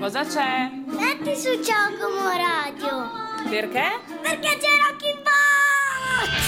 Cosa c'è? Metti su Ciao Como Radio. Perché? Perché c'è Rocky Box!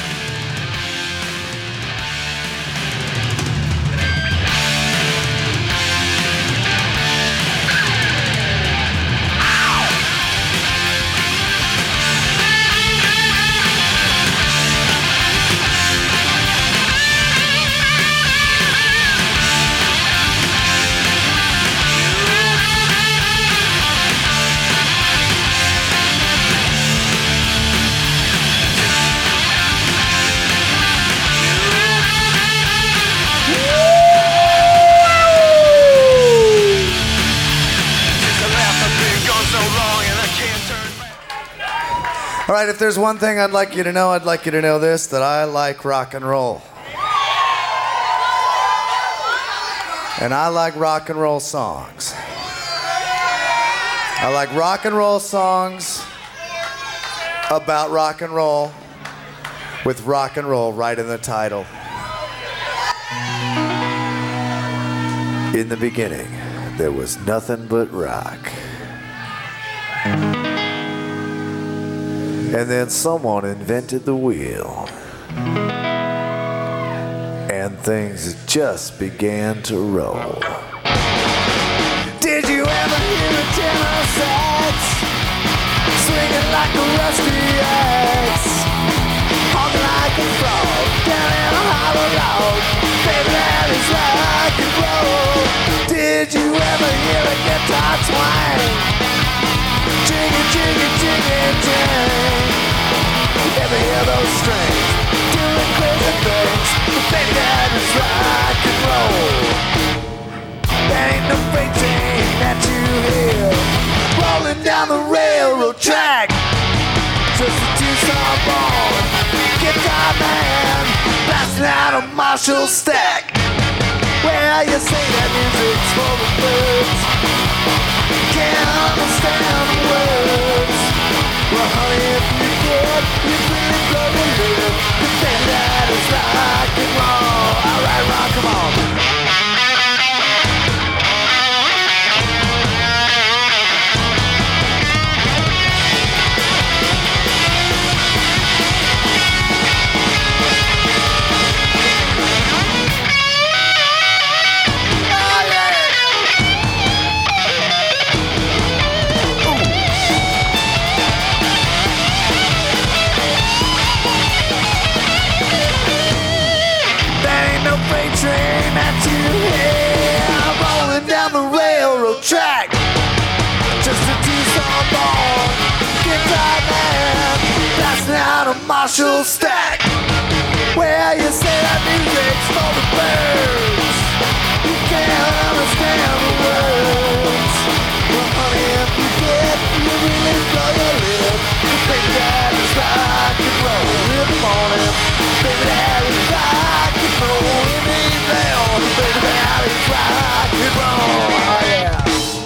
All right, if there's one thing I'd like you to know this, that I like rock and roll. And I like rock and roll songs. I like rock and roll songs about rock and roll with rock and roll right in the title. In the beginning, there was nothing but rock. And then someone invented the wheel. And things just began to roll. Did you ever hear a tenor sax swinging like a rusty axe, honking like a frog down in a hollow log? Baby, that is rock and roll. Did you ever hear a guitar twang? Jiggy, jiggy, jiggy, jang. Ever hear those strings doing crazy things? Baby, that is rock and roll. There ain't no freight train that you hear rolling down the railroad track. Just a two-song ball, guitar man blasting out a Marshall stack. Well, you say that music's for the birds, can't understand the words. Well, honey, if you get, you really blow your lid. You think that is rock and roll. Alright, rock, come on. Train that you hear rolling down the railroad track. Just a two-song ball, guitar man blasting out a Marshall stack. Well, you say that music's for the birds, you can't understand the words. Well, honey, if you get, you really blow your lid. Baby, that is rock and roll in the morning. Baby, that is rock and roll in the evening. Baby, that is rock and roll. Oh, yeah.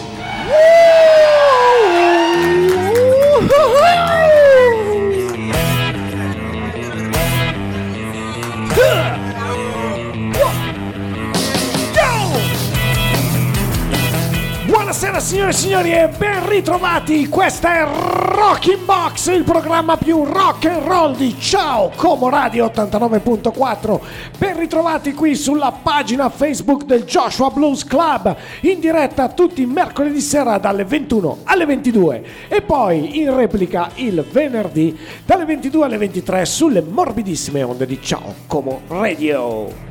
Buonasera signore e signori e ben ritrovati, questa è Rocking Box, il programma più rock and roll di Ciao Como Radio 89.4. Ben ritrovati qui sulla pagina Facebook del Joshua Blues Club, in diretta tutti i mercoledì sera dalle 21 alle 22 e poi in replica il venerdì dalle 22 alle 23 sulle morbidissime onde di Ciao Como Radio.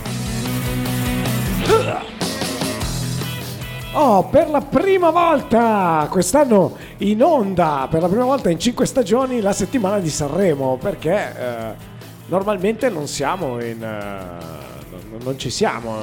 Oh, per la prima volta quest'anno in onda, per la prima volta in 5 stagioni, la settimana di Sanremo, perché normalmente non siamo non ci siamo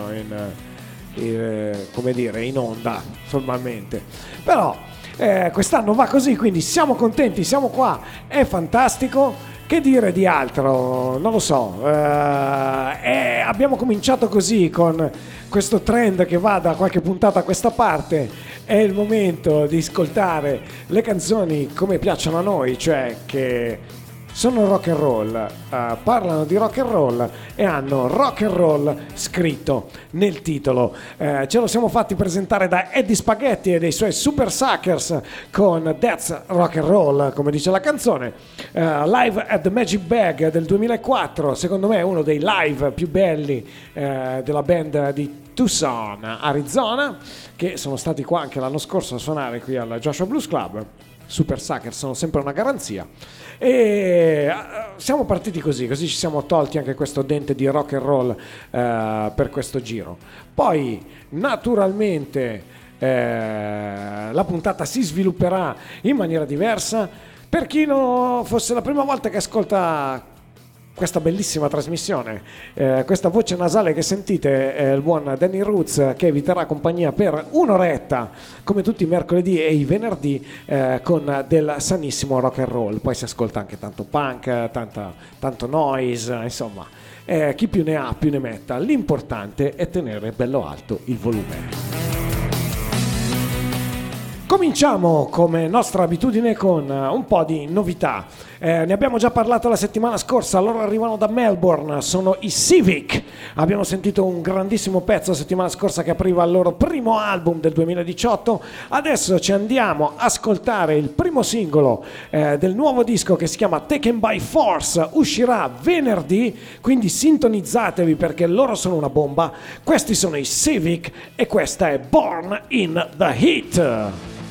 come dire, in onda normalmente. Però quest'anno va così, quindi siamo contenti, siamo qua, è fantastico. Che dire di altro? Non lo so. Abbiamo cominciato così con questo trend che va da qualche puntata a questa parte. È il momento di ascoltare le canzoni come piacciono a noi, cioè che sono rock and roll, parlano di rock and roll e hanno rock and roll scritto nel titolo. Ce lo siamo fatti presentare da Eddie Spaghetti e dei suoi Super Suckers con That's Rock and Roll, come dice la canzone. Live at the Magic Bag del 2004, secondo me è uno dei live più belli della band di Tucson, Arizona, che sono stati qua anche l'anno scorso a suonare qui al Joshua Blues Club. Super Suckers sono sempre una garanzia. E siamo partiti così ci siamo tolti anche questo dente di rock and roll per questo giro. Poi naturalmente la puntata si svilupperà in maniera diversa. Per chi non fosse la prima volta che ascolta questa bellissima trasmissione, questa voce nasale che sentite è il buon Danny Roots, che vi terrà compagnia per un'oretta come tutti i mercoledì e i venerdì con del sanissimo rock and roll. Poi si ascolta anche tanto punk, tanto noise, insomma chi più ne ha più ne metta. L'importante è tenere bello alto il volume. Cominciamo come nostra abitudine con un po' di novità. Ne abbiamo già parlato la settimana scorsa, loro arrivano da Melbourne, sono i Civic. Abbiamo sentito un grandissimo pezzo la settimana scorsa che apriva il loro primo album del 2018. Adesso ci andiamo a ascoltare il primo singolo del nuovo disco che si chiama Taken by Force. Uscirà venerdì, quindi sintonizzatevi perché loro sono una bomba. Questi sono i Civic e questa è Born in the Heat.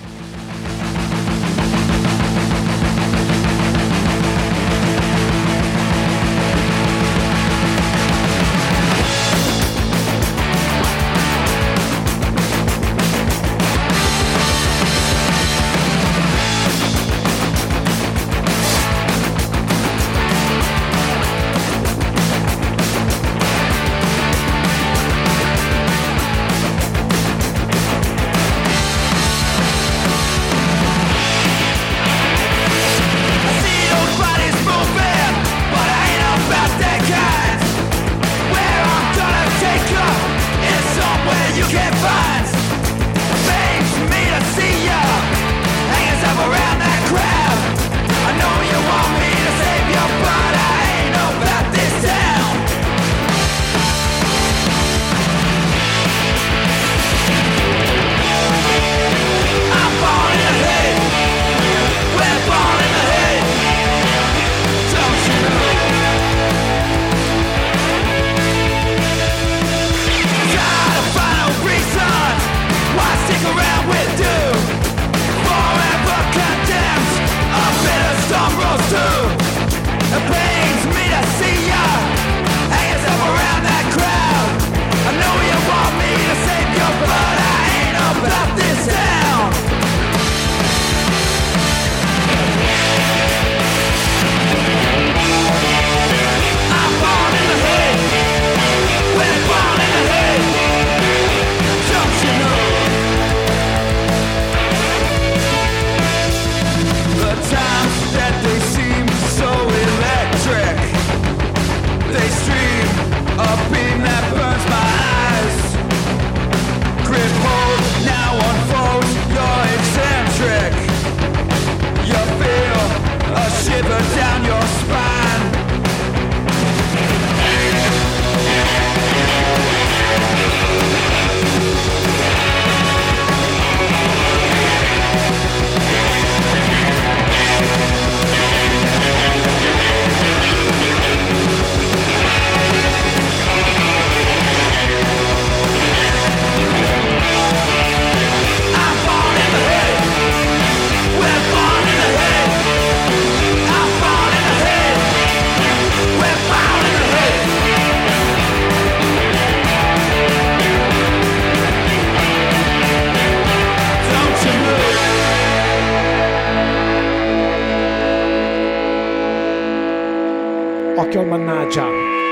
Occhio al mannaggia.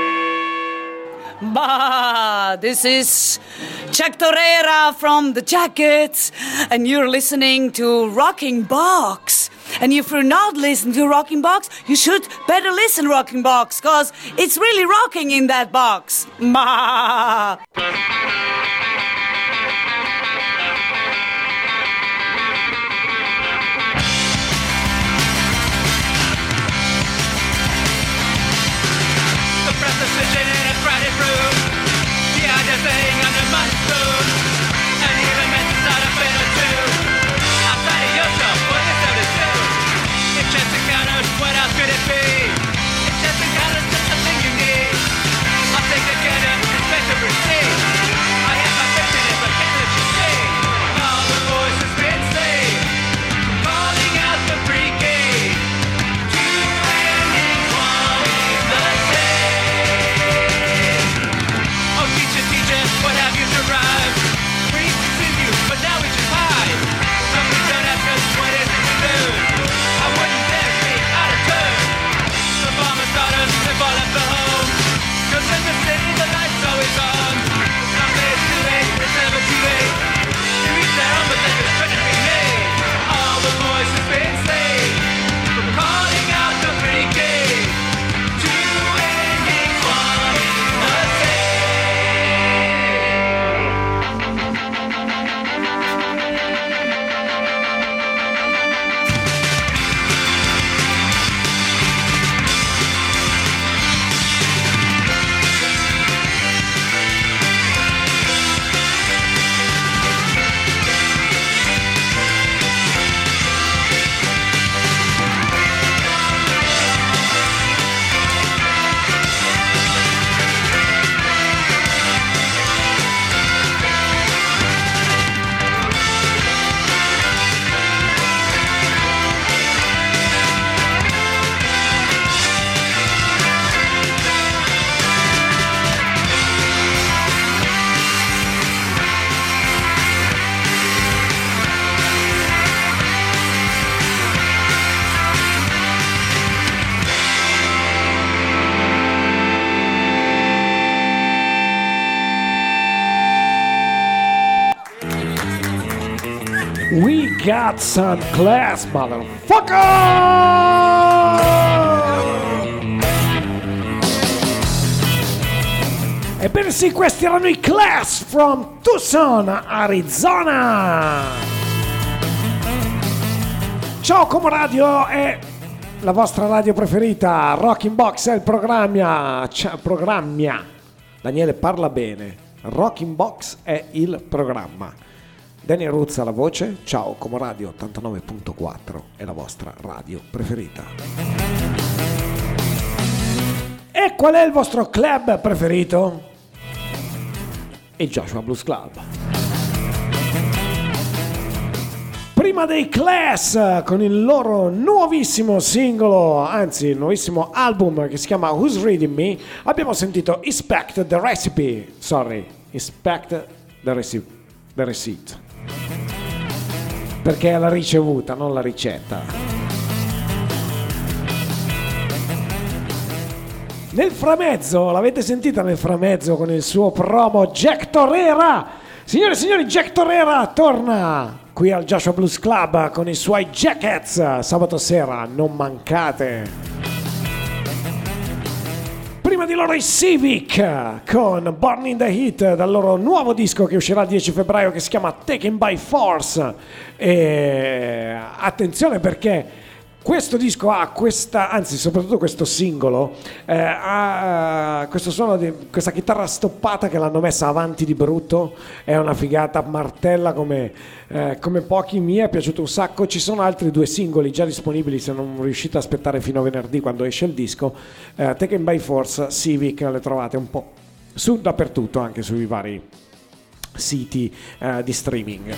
Bah, this is Chuck Torreira from The Jackets, and you're listening to Rocking Box. And if you're not listening to Rocking Box, you should better listen to Rocking Box, because it's really rocking in that box. Bah! We got some class, motherfucker! Ebbene sì, questi erano i Class from Tucson, Arizona! Ciao Como Radio è la vostra radio preferita, Rocking Box è il programma. Daniele parla bene, Rocking Box è il programma. Daniel Ruzza la voce, ciao Como Radio 89.4 è la vostra radio preferita. E qual è il vostro club preferito? Il Joshua Blues Club. Prima dei Class con il loro nuovissimo singolo, anzi il nuovissimo album che si chiama Who's Reading Me, abbiamo sentito Inspect the Receipt. Perché è la ricevuta, non la ricetta. Nel framezzo, l'avete sentita nel framezzo con il suo promo Jack Torrera. Signore e signori, Jack Torrera torna qui al Joshua Blues Club con i suoi Jackets sabato sera, non mancate. Prima di loro i Civic con Born in the Heat dal loro nuovo disco che uscirà il 10 febbraio che si chiama Taken by Force. E attenzione perché questo disco ha soprattutto questo singolo ha questo suono di questa chitarra stoppata che l'hanno messa avanti di brutto, è una figata, martella come pochi, mi è piaciuto un sacco. Ci sono altri 2 singoli già disponibili se non riuscite a aspettare fino a venerdì quando esce il disco. Taken by Force, Civic, le trovate un po' dappertutto, anche sui vari siti di streaming.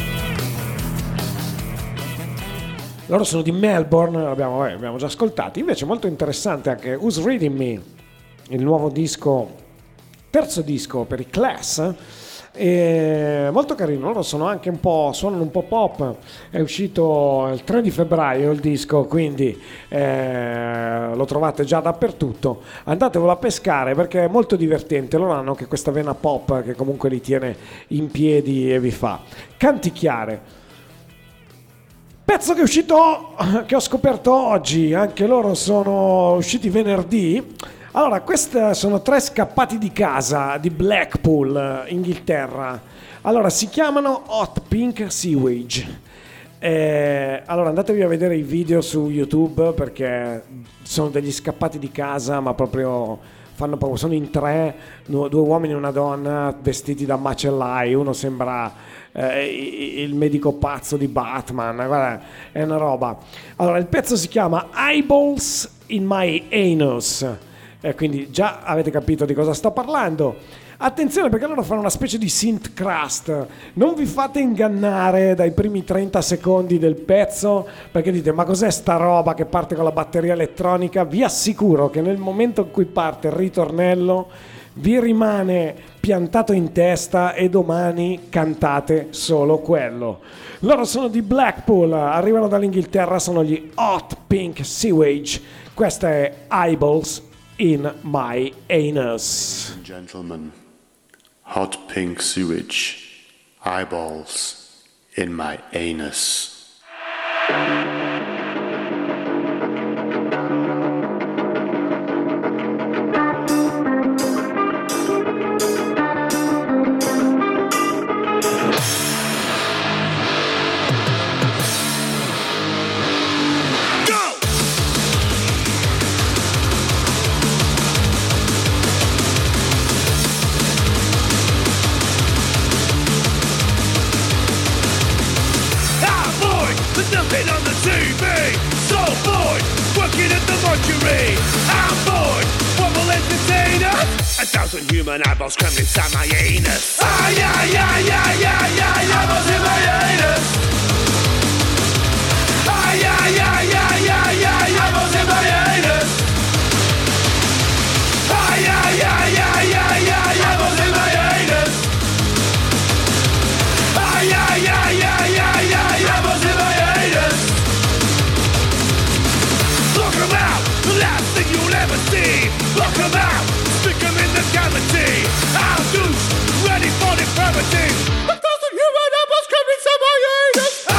Loro sono di Melbourne, abbiamo già ascoltati. Invece molto interessante anche Who's Reading Me, il nuovo disco, terzo disco per i Class, e molto carino. Loro sono anche suonano un po' pop. È uscito il 3 di febbraio il disco, quindi lo trovate già dappertutto. Andatevelo a pescare perché è molto divertente. Loro hanno anche questa vena pop che comunque li tiene in piedi e vi fa canticchiare. Pezzo che è uscito, che ho scoperto oggi, anche loro sono usciti venerdì. Allora, questi sono 3 scappati di casa di Blackpool, Inghilterra. Allora, si chiamano Hot Pink Sewage. Allora, andatevi a vedere i video su YouTube perché sono degli scappati di casa, ma proprio sono in 3, 2 uomini e una donna vestiti da macellai. Uno sembra il medico pazzo di Batman, guarda, è una roba. Allora, il pezzo si chiama Eyeballs in My Anus, quindi già avete capito di cosa sto parlando. Attenzione perché loro fanno una specie di synth crust, non vi fate ingannare dai primi 30 secondi del pezzo perché dite ma cos'è sta roba che parte con la batteria elettronica. Vi assicuro che nel momento in cui parte il ritornello vi rimane piantato in testa e domani cantate solo quello. Loro sono di Blackpool, arrivano dall'Inghilterra, sono gli Hot Pink Sewage. Questa è Eyeballs in My Anus. Gentlemen, Hot Pink Sewage, Eyeballs in My Anus. Nothing on the TV, so bored, working at the mortuary. I'm bored, what will entertain us? 1,000 human eyeballs crammed inside my anus. Ah, yeah, eyeballs in my anus. Ah, yeah, eyeballs in my anus. Ah, yeah, eyeballs in my anus. Ah, yeah, eyeballs in my anus. Look 'em out, the last thing you'll ever see. Look 'em out, stick 'em in the cavity. I'm loose, ready for depravity. 1,000 human eyeballs come inside my anus.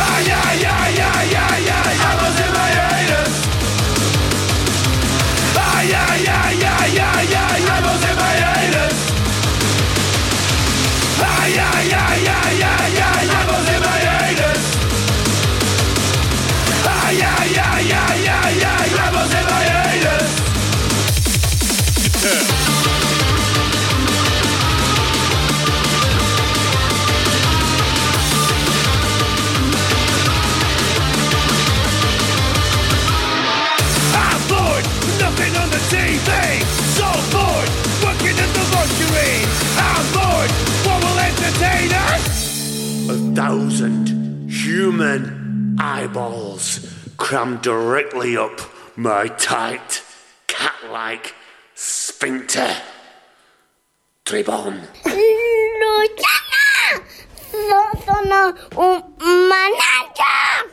1,000 human eyeballs crammed directly up my tight, cat-like sphincter. Tribon. Luciana! Sono un mannaggia!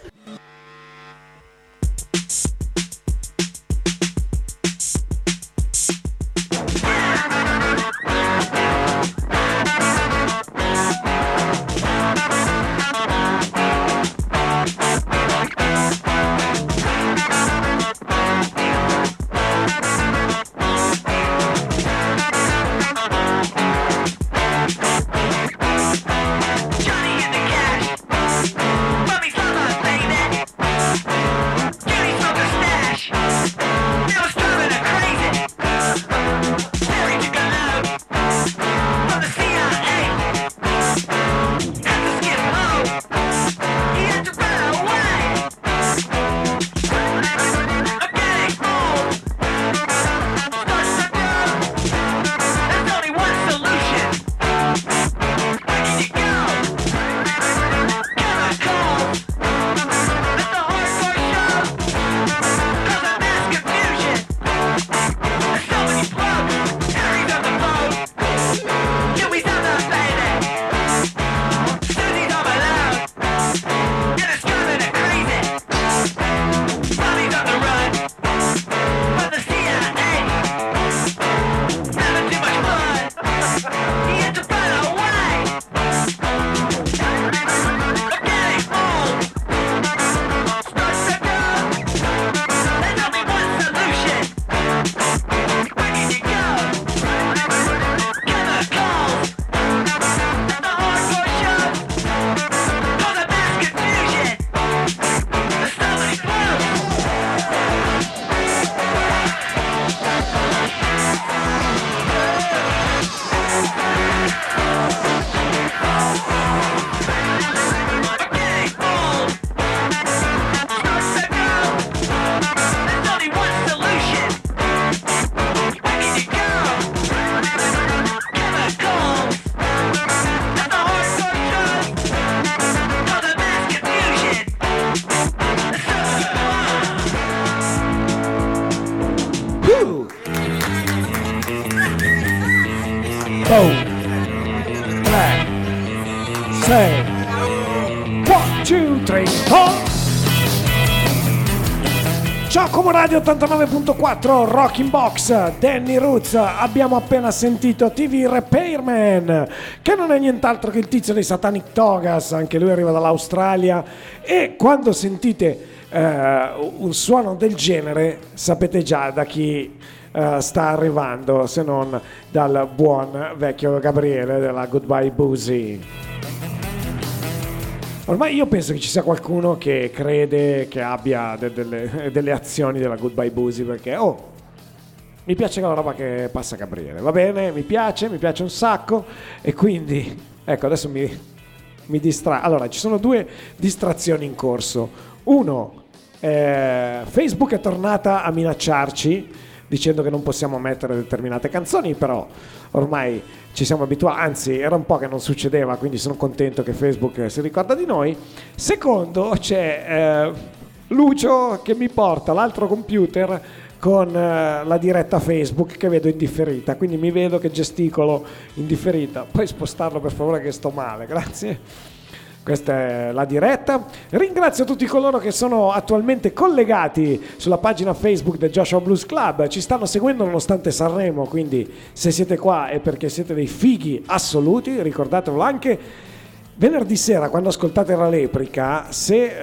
Ciao Como Radio 89.4 Rocking Box, Danny Roots. Abbiamo appena sentito TV Repairman, che non è nient'altro che il tizio dei Satanic Togas, anche lui arriva dall'Australia, e quando sentite un suono del genere sapete già da chi sta arrivando, se non dal buon vecchio Gabriele della Goodbye Boozy. Ormai io penso che ci sia qualcuno che crede che abbia delle azioni della Goodbye Boozy, perché mi piace la roba che passa Gabriele, va bene, mi piace un sacco, e quindi ecco adesso mi distrae. Allora ci sono due distrazioni in corso. Uno, Facebook è tornata a minacciarci dicendo che non possiamo mettere determinate canzoni, però ormai ci siamo abituati, anzi era un po' che non succedeva, quindi sono contento che Facebook si ricorda di noi. Secondo, c'è Lucio che mi porta l'altro computer con la diretta Facebook che vedo in differita, quindi mi vedo che gesticolo in differita. Puoi spostarlo per favore che sto male, grazie. Questa è la diretta. Ringrazio tutti coloro che sono attualmente collegati sulla pagina Facebook del Joshua Blues Club. Ci stanno seguendo nonostante Sanremo, quindi se siete qua è perché siete dei fighi assoluti. Ricordatevelo anche venerdì sera quando ascoltate la replica. Se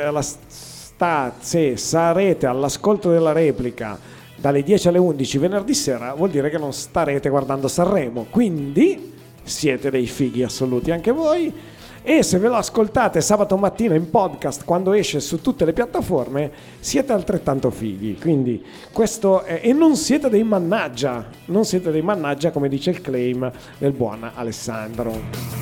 sarete all'ascolto della replica dalle 10 alle 11 venerdì sera, vuol dire che non starete guardando Sanremo. Quindi siete dei fighi assoluti anche voi. E se ve lo ascoltate sabato mattina in podcast quando esce su tutte le piattaforme, siete altrettanto fighi. Quindi questo è, e non siete dei mannaggia, come dice il claim del buon Alessandro.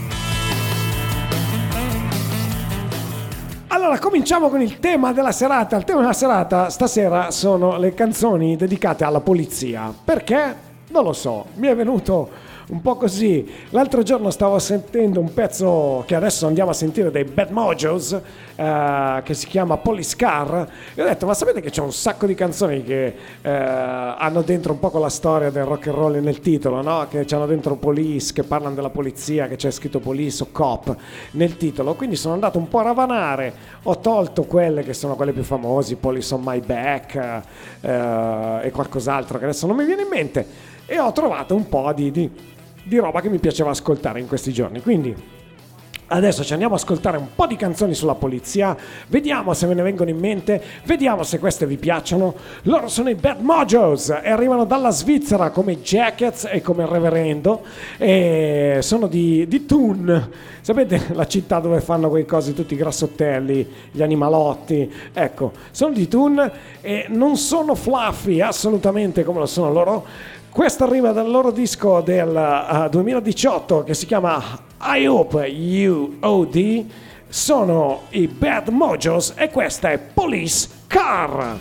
Allora cominciamo con il tema della serata. Il tema della serata stasera sono le canzoni dedicate alla polizia. Perché? Non lo so, mi è venuto un po' così. L'altro giorno stavo sentendo un pezzo che adesso andiamo a sentire dei Bad Mojos, che si chiama Police Car, e ho detto, ma sapete che c'è un sacco di canzoni che hanno dentro un po' con la storia del rock and roll nel titolo, no? Che c'hanno dentro Police, che parlano della polizia, che c'è scritto Police o Cop nel titolo, quindi sono andato un po' a ravanare, ho tolto quelle che sono quelle più famosi, Police on My Back e qualcos'altro che adesso non mi viene in mente, e ho trovato un po' di roba che mi piaceva ascoltare in questi giorni, quindi adesso ci andiamo ad ascoltare un po' di canzoni sulla polizia, vediamo se ve ne vengono in mente, vediamo se queste vi piacciono. Loro sono i Bad Mojos e arrivano dalla Svizzera come Jackets e come Reverendo, e sono di Thun, sapete la città dove fanno quei cosi tutti grassottelli, gli animalotti, ecco, sono di Thun e non sono fluffy assolutamente come lo sono loro. Questo arriva dal loro disco del 2018 che si chiama I Hope You OD. Sono i Bad Mojos e questa è Police Car.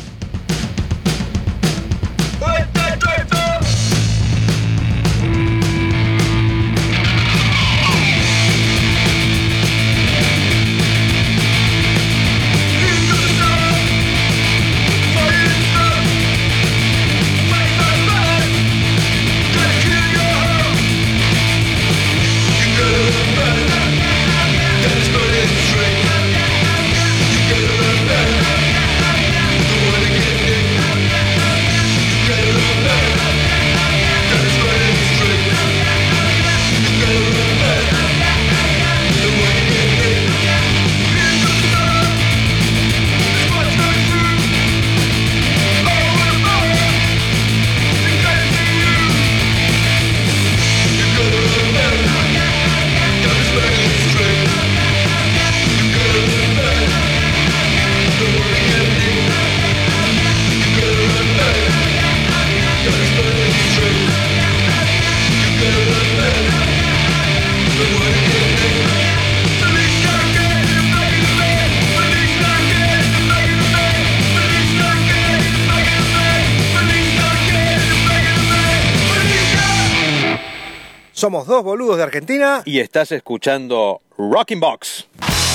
Somos dos boludos de Argentina y estás escuchando Rocking Box.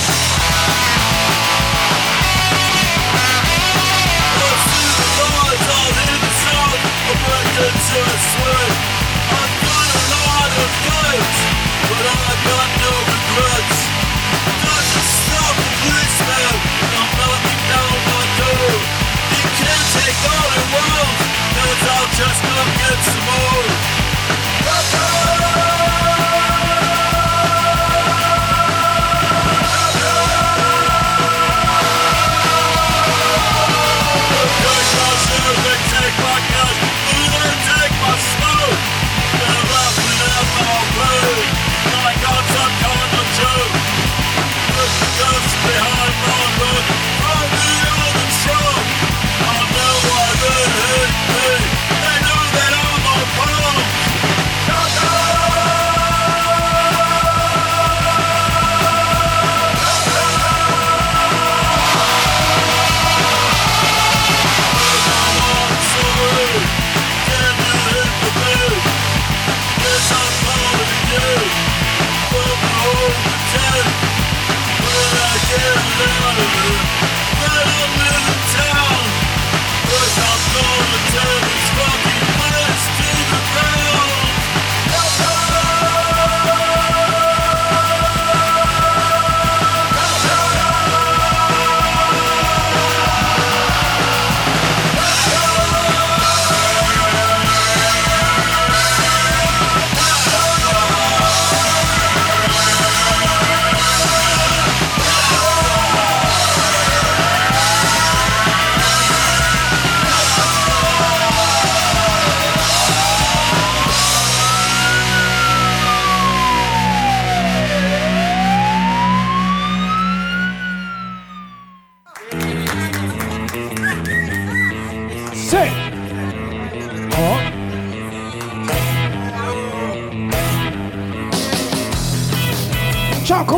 Just come get some more. They know that I'm on fire.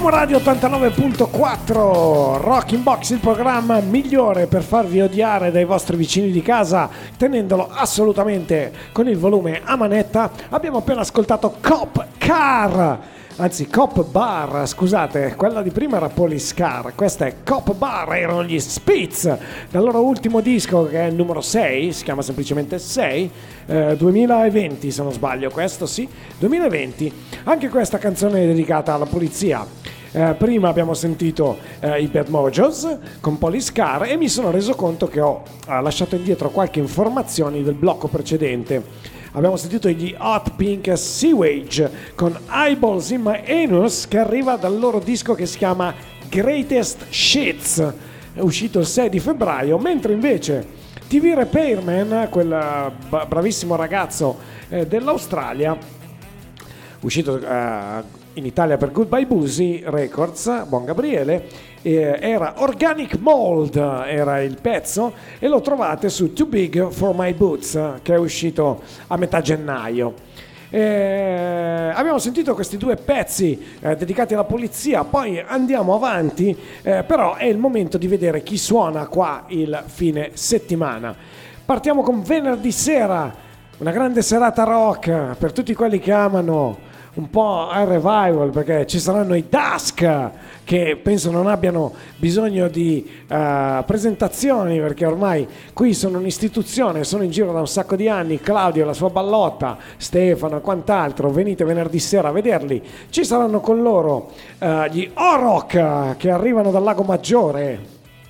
Como Radio 89.4, Rocking Box, il programma migliore per farvi odiare dai vostri vicini di casa, tenendolo assolutamente con il volume a manetta. Abbiamo appena ascoltato Cop Car, anzi Cop Bar, scusate, quella di prima era Police Car, questa è Cop Bar, erano gli Spitz, dal loro ultimo disco che è il numero 6, si chiama semplicemente 6, 2020 se non sbaglio, questo sì, 2020. Anche questa canzone è dedicata alla polizia. Prima abbiamo sentito i Bad Mojos con Police Car e mi sono reso conto che ho lasciato indietro qualche informazione del blocco precedente. Abbiamo sentito gli Hot Pink Sewage con Eyeballs in My Anus, che arriva dal loro disco che si chiama Greatest Shits, è uscito il 6 di febbraio, mentre invece TV Repairman, quel bravissimo ragazzo dell'Australia, uscito in Italia per Goodbye Boozy Records, buon Gabriele, era Organic Mold, era il pezzo, e lo trovate su Too Big for My Boots, che è uscito a metà gennaio. Abbiamo sentito questi due pezzi dedicati alla polizia, poi andiamo avanti, però è il momento di vedere chi suona qua il fine settimana. Partiamo con venerdì sera, una grande serata rock per tutti quelli che amano un po' al revival, perché ci saranno i Dusk, che penso non abbiano bisogno di presentazioni, perché ormai qui sono un'istituzione, sono in giro da un sacco di anni. Claudio e la sua ballotta, Stefano e quant'altro, venite venerdì sera a vederli. Ci saranno con loro gli Orok, che arrivano dal lago Maggiore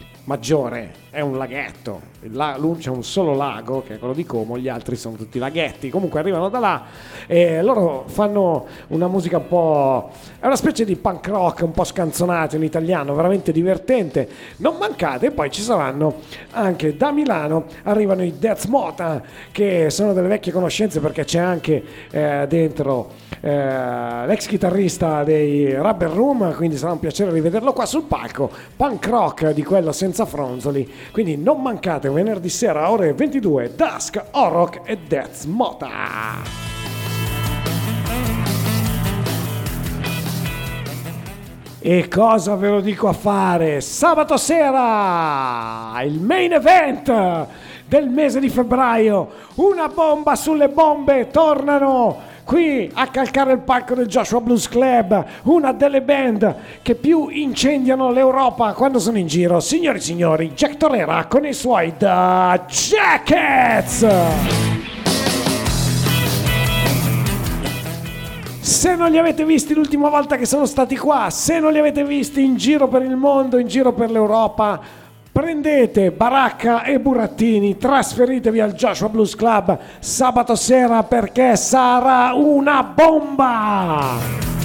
è un laghetto, c'è un solo lago che è quello di Como, gli altri sono tutti laghetti, comunque arrivano da là e loro fanno una musica un po', è una specie di punk rock un po' scanzonato in italiano, veramente divertente, non mancate. Poi ci saranno anche da Milano, arrivano i Death Mota, che sono delle vecchie conoscenze, perché c'è anche dentro l'ex chitarrista dei Rubber Room, quindi sarà un piacere rivederlo qua sul palco, punk rock di quello senza fronzoli. Quindi non mancate venerdì sera ore 22, Dusk, Orok e Death Mota. E cosa ve lo dico a fare? Sabato sera, il main event del mese di febbraio, una bomba sulle bombe, tornano qui a calcare il palco del Joshua Blues Club, una delle band che più incendiano l'Europa quando sono in giro. Signori e signori, Jack Torera con i suoi The Jackets. Se non li avete visti l'ultima volta che sono stati qua, se non li avete visti in giro per il mondo, in giro per l'Europa, prendete baracca e burattini, trasferitevi al Joshua Blues Club sabato sera, perché sarà una bomba!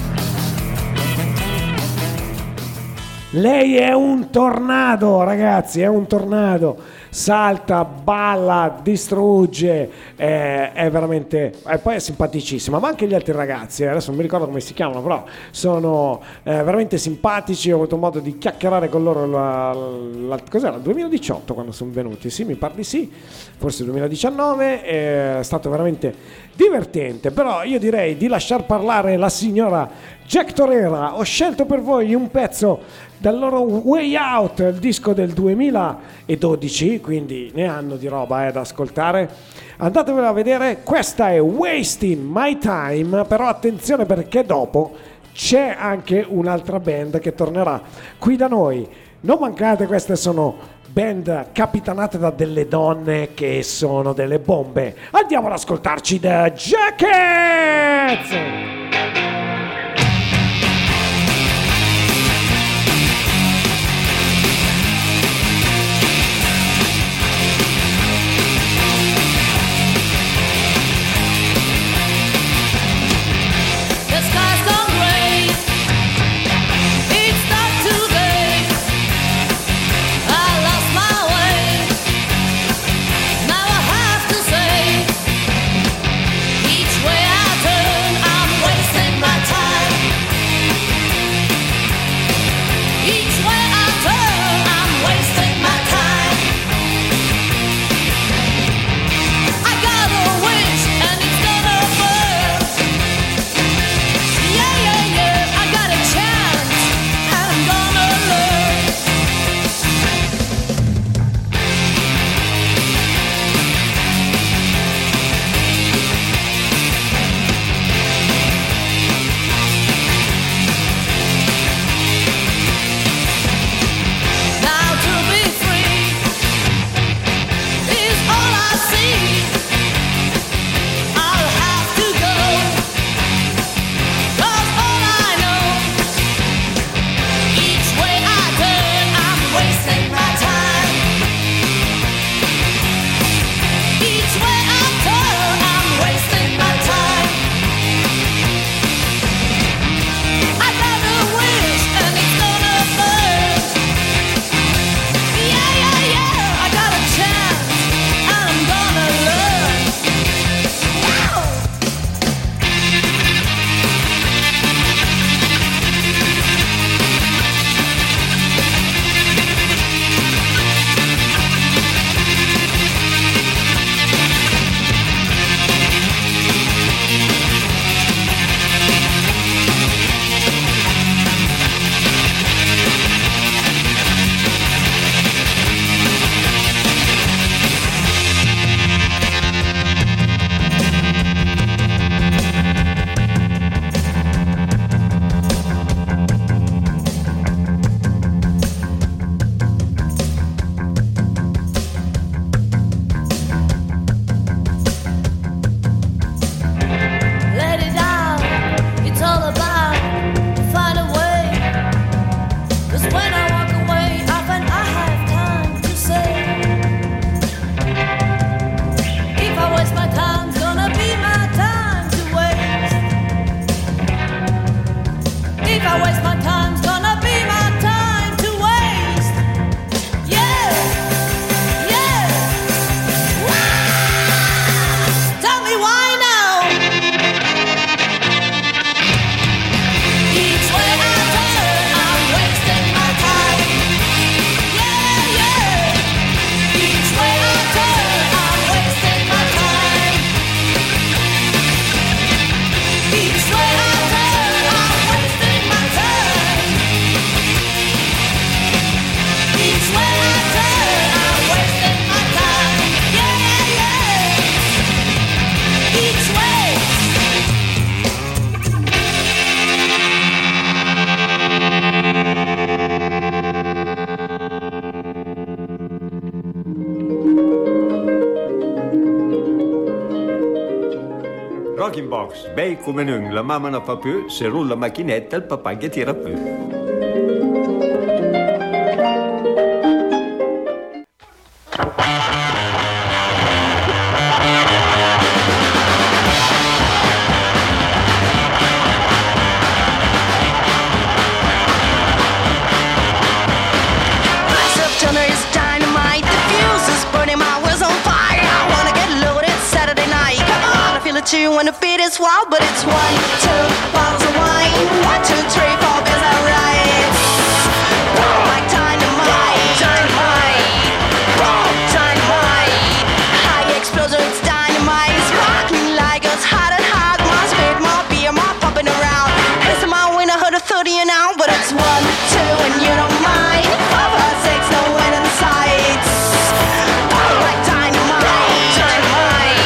Lei è un tornado, ragazzi, è un tornado. Salta, balla, distrugge, è veramente, poi è simpaticissima, ma anche gli altri ragazzi, adesso non mi ricordo come si chiamano, però sono veramente simpatici. Ho avuto modo di chiacchierare con loro cos'era, il 2018 quando sono venuti, sì, mi pare di sì, forse 2019, è stato veramente divertente. Però io direi di lasciar parlare la signora Jack Torera. Ho scelto per voi un pezzo dal loro Way Out, il disco del 2012, quindi ne hanno di roba da ascoltare. Andatevela a vedere, questa è Wasting My Time, però attenzione, perché dopo c'è anche un'altra band che tornerà qui da noi. Non mancate, queste sono band capitanate da delle donne che sono delle bombe. Andiamo ad ascoltarci The Jackets! Each way I turn, I'm wasting Rocking Box, bei come non, la mamma non fa più, se rulla la macchinetta il papà che tira più. When the beat is wild, but it's 1, 2 bottles of wine. 1, 2, 3, 4, cause I write. Like dynamite, dynamite, dynamite. High explosion, it's dynamite. Sparkling like it's hot and hot. More speed, more beer, more popping around. It's my win, I heard a 30 an hour, but it's 1, 2, and you don't mind. 5, 6, no win in sight. Like dynamite, dynamite.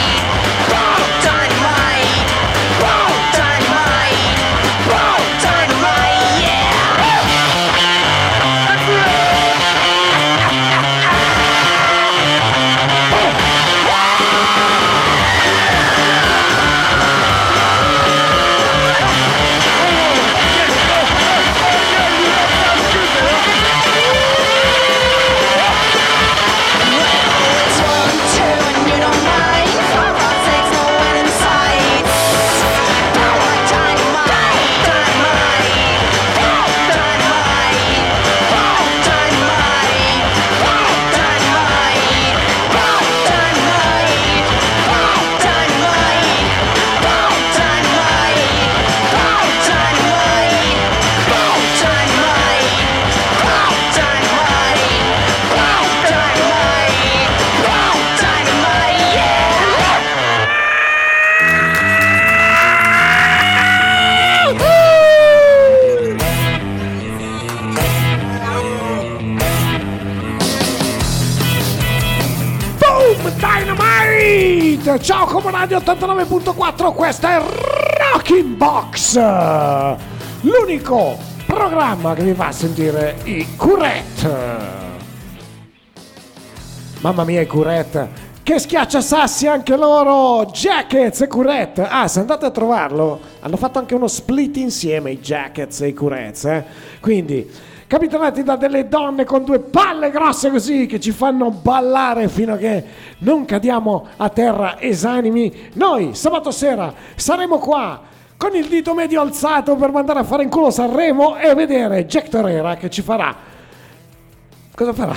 Ciao Como Radio 89.4, questa è Rocking Box, l'unico programma che vi fa sentire i Curette. Mamma mia, i Curette, che schiacciasassi anche loro, Jackets e Curette. Ah, se andate a trovarlo, hanno fatto anche uno split insieme i Jackets e i Curette, quindi capitanati da delle donne con due palle grosse così che ci fanno ballare fino a che non cadiamo a terra esanimi. Noi sabato sera saremo qua con il dito medio alzato per mandare a fare in culo Sanremo e vedere Jack Torera che ci farà... Cosa farà?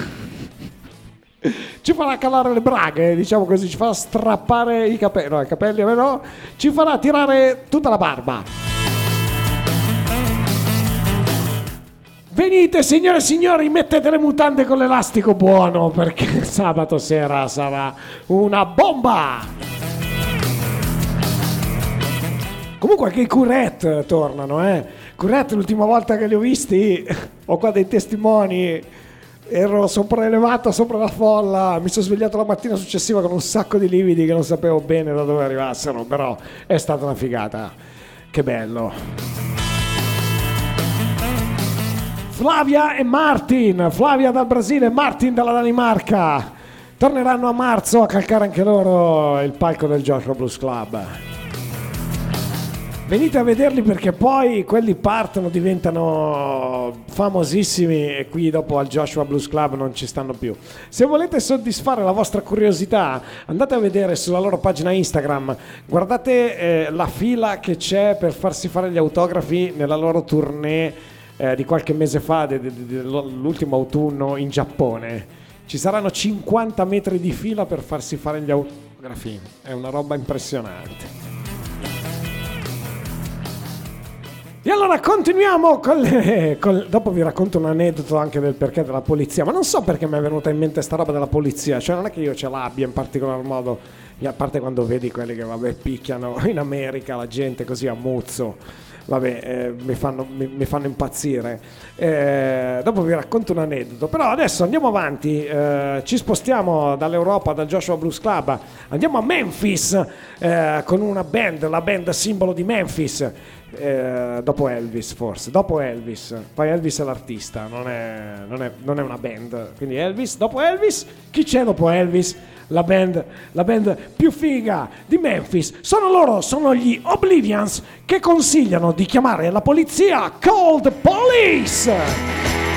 Ci farà calare le braghe, diciamo così, ci farà strappare i capelli, no, i capelli no, ci farà tirare tutta la barba. Venite signore e signori, mettete le mutande con l'elastico buono perché sabato sera sarà una bomba. Comunque anche i Curette tornano, Curette l'ultima volta che li ho visti, ho qua dei testimoni, ero sopraelevato sopra la folla, mi sono svegliato la mattina successiva con un sacco di lividi che non sapevo bene da dove arrivassero, però è stata una figata, che bello. Flavia e Martin, Flavia dal Brasile, Martin dalla Danimarca, torneranno a marzo a calcare anche loro il palco del Joshua Blues Club. Venite a vederli perché poi quelli partono, diventano famosissimi e qui dopo al Joshua Blues Club non ci stanno più. Se volete soddisfare la vostra curiosità, andate a vedere sulla loro pagina Instagram, guardate la fila che c'è per farsi fare gli autografi nella loro tournée di qualche mese fa, l'ultimo autunno in Giappone. Ci saranno 50 metri di fila per farsi fare gli autografi, è una roba impressionante. E allora continuiamo dopo vi racconto un aneddoto anche del perché della polizia, ma non so perché mi è venuta in mente sta roba della polizia, cioè non è che io ce l'abbia in particolar modo, a parte quando vedi quelli che picchiano in America la gente così a muzzo. vabbè, mi fanno impazzire. Dopo vi racconto un aneddoto, però adesso andiamo avanti, ci spostiamo dall'Europa, dal Joshua Blues Club, andiamo a Memphis con una band, la band simbolo di Memphis. Dopo Elvis, forse dopo Elvis, poi Elvis è l'artista, non è una band, quindi Elvis, dopo Elvis, chi c'è dopo Elvis? La band più figa di Memphis, sono gli Oblivians, che consigliano di chiamare la polizia. Call the police!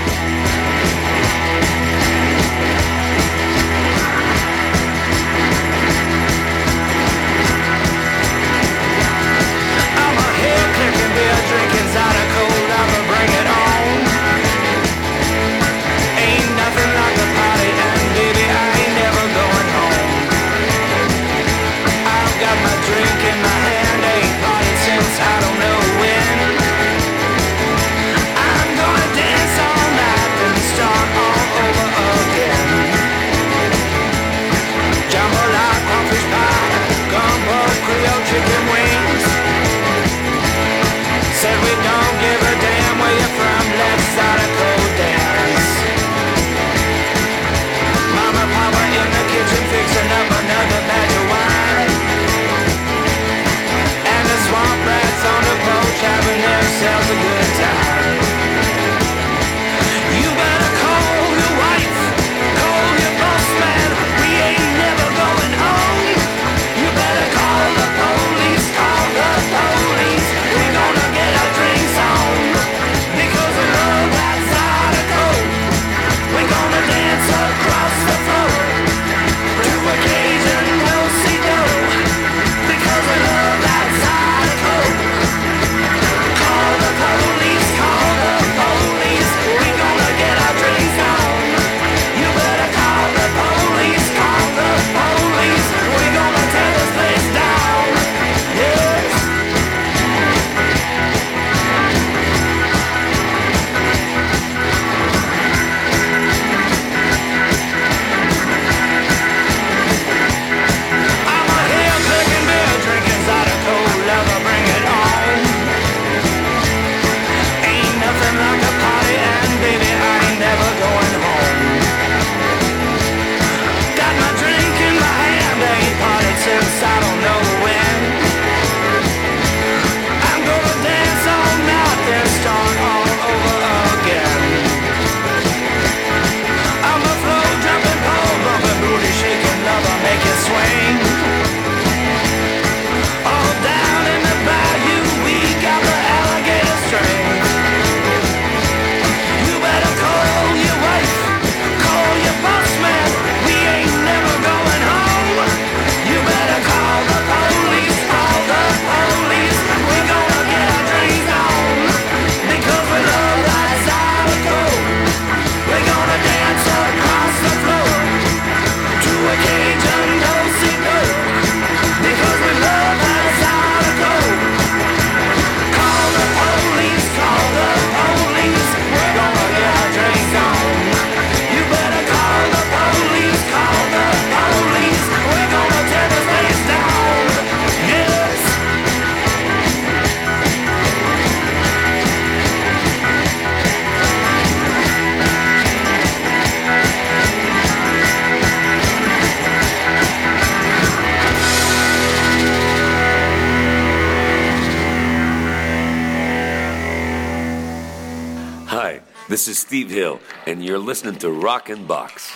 This is Steve Hill, and you're listening to Rockin' Box.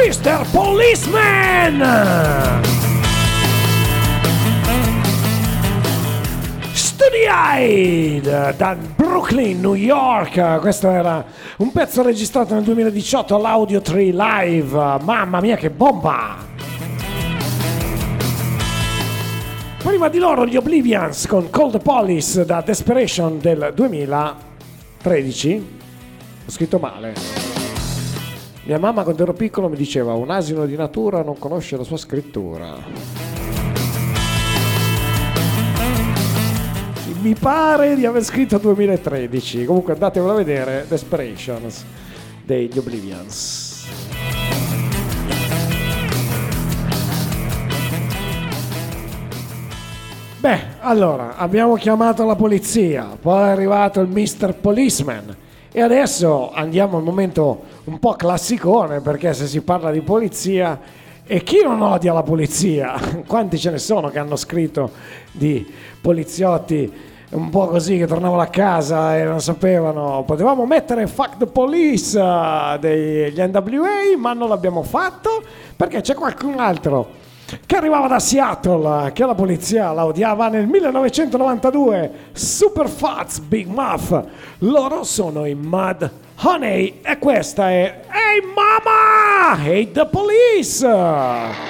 Mr. Policeman! Studied da Brooklyn, New York. Questo era un pezzo registrato nel 2018 all'Audio 3 Live. Mamma mia che bomba! Prima di loro gli Oblivians con Call the Police da Desperation del 2013. Ho scritto male. Mia mamma quando ero piccolo mi diceva: un asino di natura non conosce la sua scrittura. Mi pare di aver scritto 2013. Comunque andatevelo a vedere. Desperations degli Oblivians. Beh, allora abbiamo chiamato la polizia, poi è arrivato il Mr. Policeman e adesso andiamo al momento un po' classicone, perché se si parla di polizia, e chi non odia la polizia? Quanti ce ne sono che hanno scritto di poliziotti un po' così che tornavano a casa e non sapevano? Potevamo mettere Fuck the Police degli NWA, ma non l'abbiamo fatto perché c'è qualcun altro che arrivava da Seattle che la polizia la odiava nel 1992. Super Fats Big Muff, loro sono i Mud Honey e questa è Hey Mama, Hate the Police.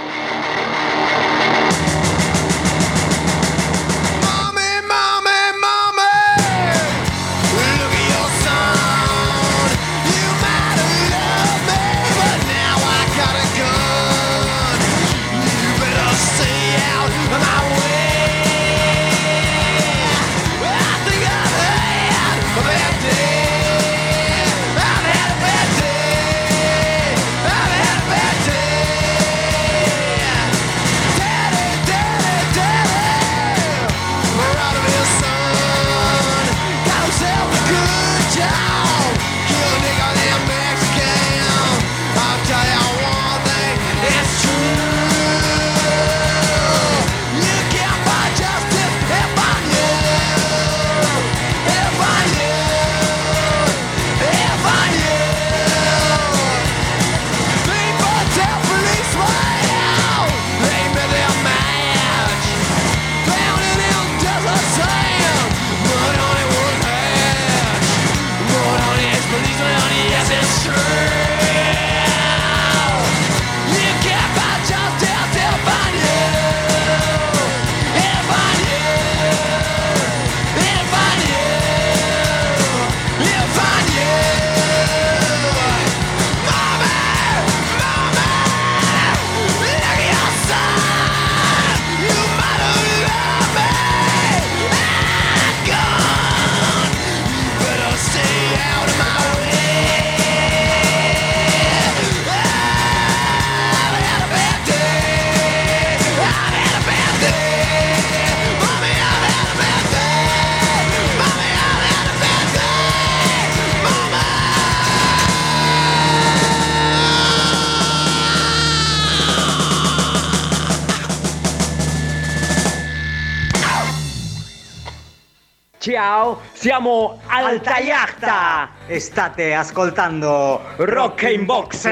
Ciao, siamo Alta Yachta e state ascoltando Rock in Box.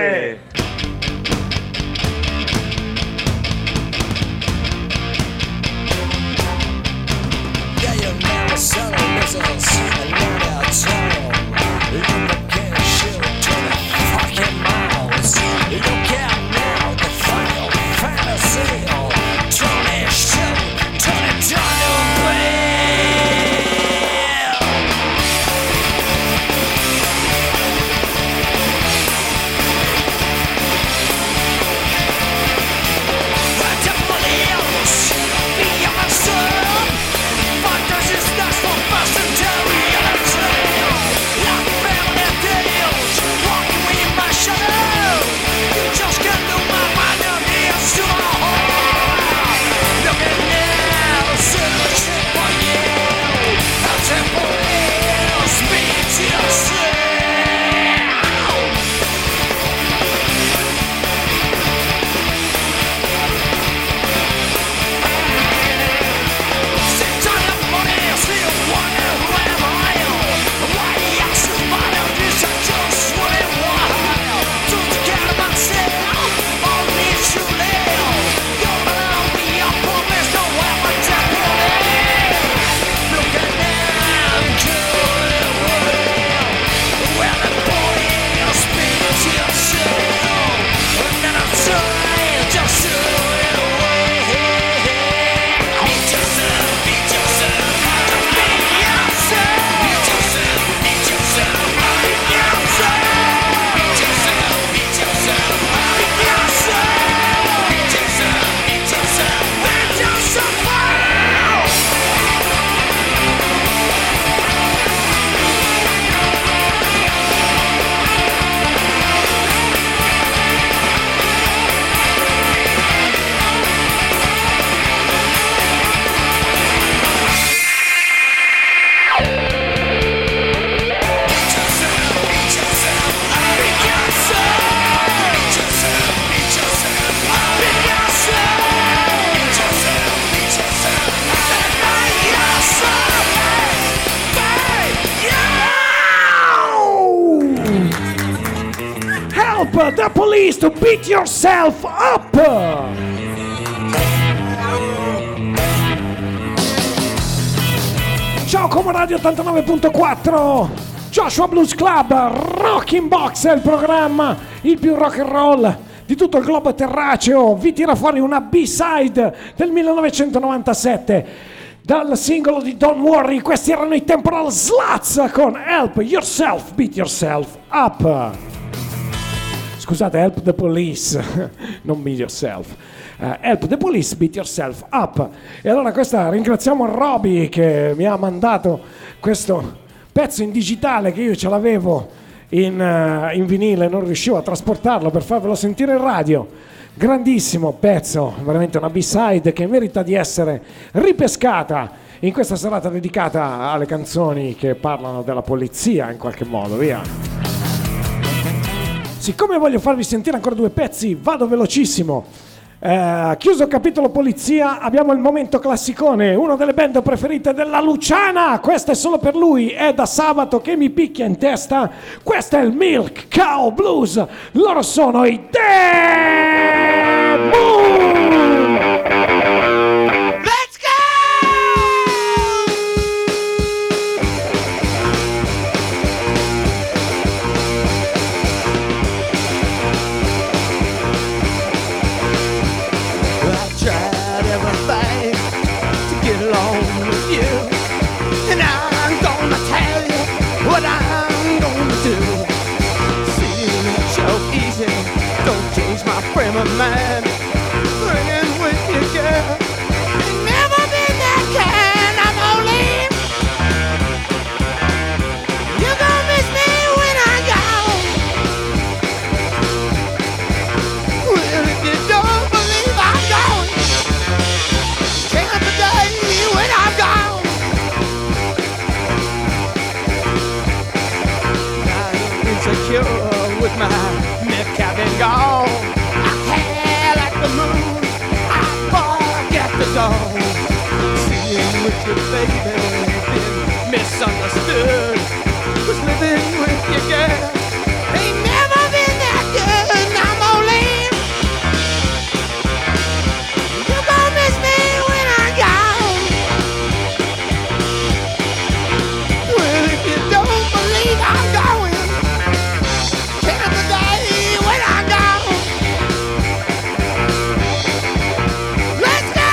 Help the Police to Beat Yourself Up. Ciao Como Radio 89.4, Joshua Blues Club, Rocking Box è il programma, il più rock and roll di tutto il globo terraceo. Vi tira fuori una B-side del 1997 dal singolo di Don't Worry. Questi erano i Temporal Sluts con Help Yourself Beat Yourself Up. Scusate, Help the Police, non Beat Yourself. Help the Police Beat Yourself Up. E allora ringraziamo Roby che mi ha mandato questo pezzo in digitale, che io ce l'avevo in vinile, non riuscivo a trasportarlo per farvelo sentire in radio. Grandissimo pezzo, veramente una B-side che merita di essere ripescata in questa serata dedicata alle canzoni che parlano della polizia in qualche modo, via. Siccome voglio farvi sentire ancora due pezzi, vado velocissimo. Chiuso il capitolo polizia, abbiamo il momento classicone, una delle band preferite della Luciana. Questa è solo per lui, è da sabato che mi picchia in testa. Questo è il Milk Cow Blues. Loro sono i The Moon. Let's go! Tried everything to get along with you, and I'm gonna tell you what I'm gonna do. Seeing it so easy, don't change my frame of mind. Bringing with you, girl, ain't never been that kind. I'm only you're gonna miss me when I'm gone. Well, if you don't believe I'm gone, when I'm gone, I'm insecure with my milk cabin gone. I hair like the moon, I bark at the dawn. Seeing with you, baby, been misunderstood. Was living with you, girl, ain't never been that good. I'm only you're gonna miss me when I'm gone. Well, if you don't believe I'm going, count the day when I'm gone. Let's go!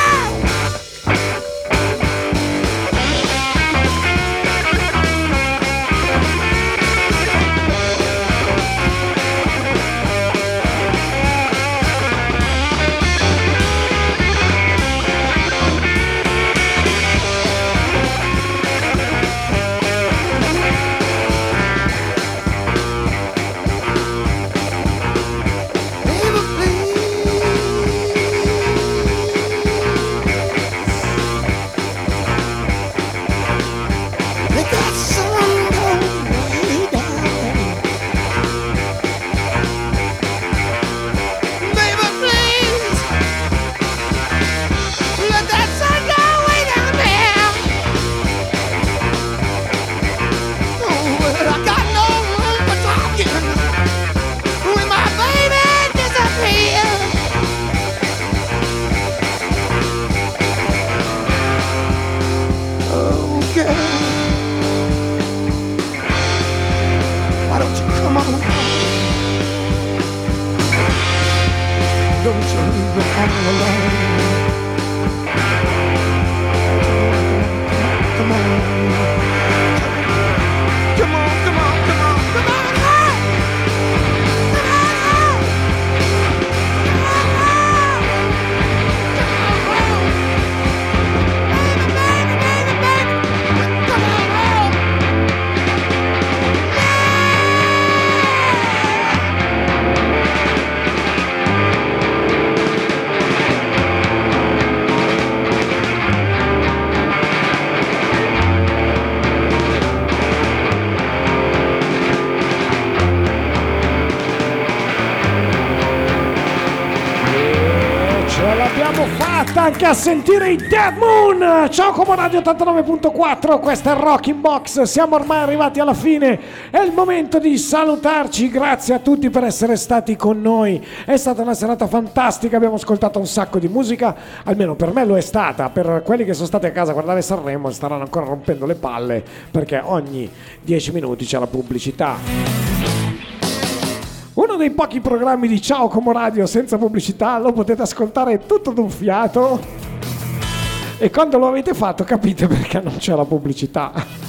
l'abbiamo fatta anche a sentire i Dead Moon. Ciao Como Radio 89.4, questo è Rocking Box, siamo ormai arrivati alla fine, è il momento di salutarci. Grazie a tutti per essere stati con noi, è stata una serata fantastica, abbiamo ascoltato un sacco di musica, almeno per me lo è stata. Per quelli che sono stati a casa a guardare Sanremo staranno ancora rompendo le palle perché ogni 10 minuti c'è la pubblicità. Uno dei pochi programmi di Ciao Como Radio senza pubblicità, lo potete ascoltare tutto d'un fiato e quando lo avete fatto capite perché non c'è la pubblicità.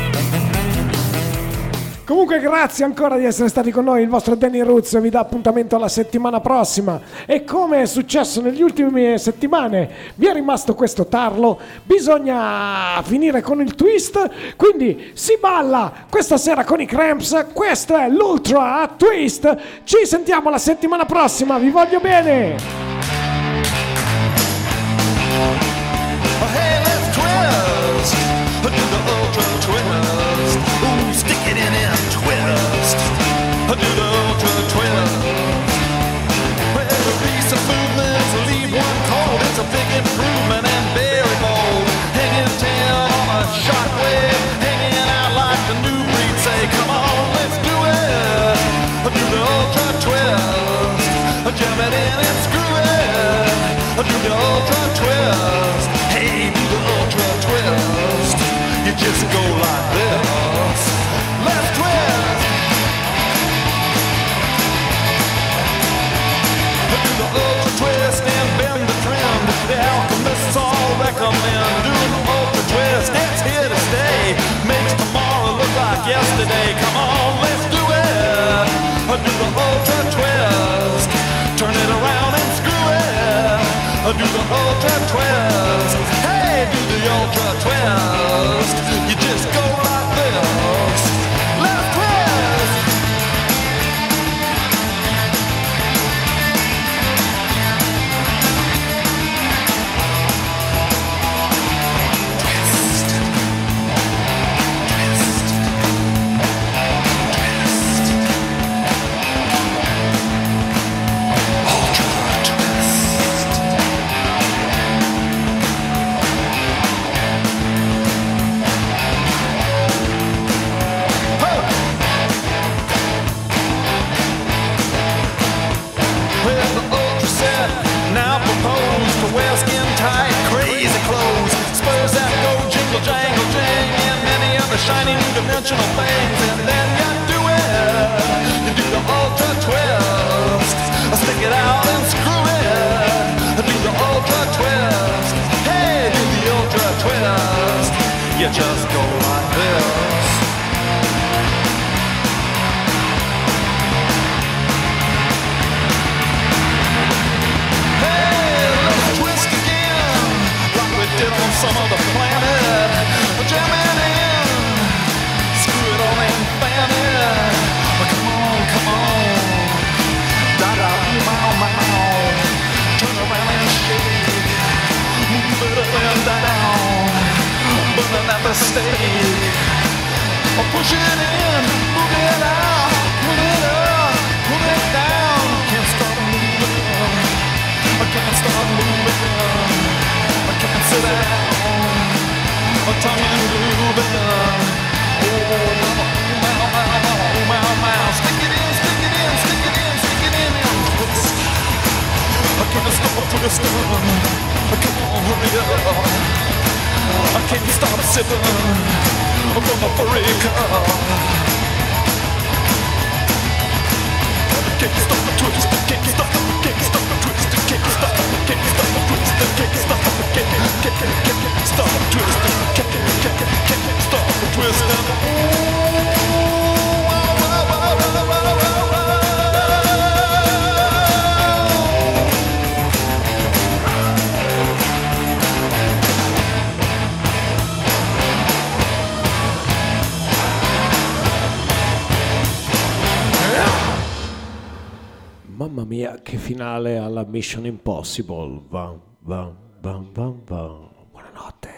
Comunque grazie ancora di essere stati con noi, il vostro Danny Roots vi dà appuntamento alla settimana prossima e come è successo negli ultime settimane vi è rimasto questo tarlo, bisogna finire con il twist, quindi si balla questa sera con i Cramps, questo è l'Ultra Twist, ci sentiamo la settimana prossima, vi voglio bene! Hey, let's twist. Do the ultra twist. Ooh, stick it in and twist. Do the ultra twist. Well, the piece of movements leave one cold. It's a big improvement and very bold. Hanging tail on a shockwave, hanging out like the new breed. Say, come on, let's do it. Do the ultra twist. Jam it in and screw it. Do the ultra twist. Hey, do the ultra twist. You just go like this. Let's twist. Do the ultra twist and bend the trend. The alchemists all recommend doing the ultra twist. It's here to stay. Makes tomorrow look like yesterday. Come on, let's do it. Do the ultra twist. Turn it around and screw it. Do the ultra twist. Hey, do the ultra twist. You just go like this. Let's twist. Shiny new dimensional things, and then you do it. You do the ultra twist. Stick it out and screw it. Do the ultra twist. Hey, do the ultra twist. You just go like this. Hey, let's twist again, like we did on some other planet. Jam it in. Come on, da-da, mow. Turn around and shake, move it up and down, burning at the stake. Push it in, move it out, pull it up, pull it down. Can't stop moving, I can't stop moving, I can't sit down, my tongue and grooving. Stick it in, stick it in, stick it in, stick it in and twist. I can't stop twisting. Come on, hurry up. I can't stop sipping from a furry cup. I can't stop the twist, I can't stop the twist, I can't stop the twist, I can't stop the twist, I can't stop the twist, I can't stop the twist, can't stop the twist. Mamma mia, che finale alla Mission Impossible. Buonanotte.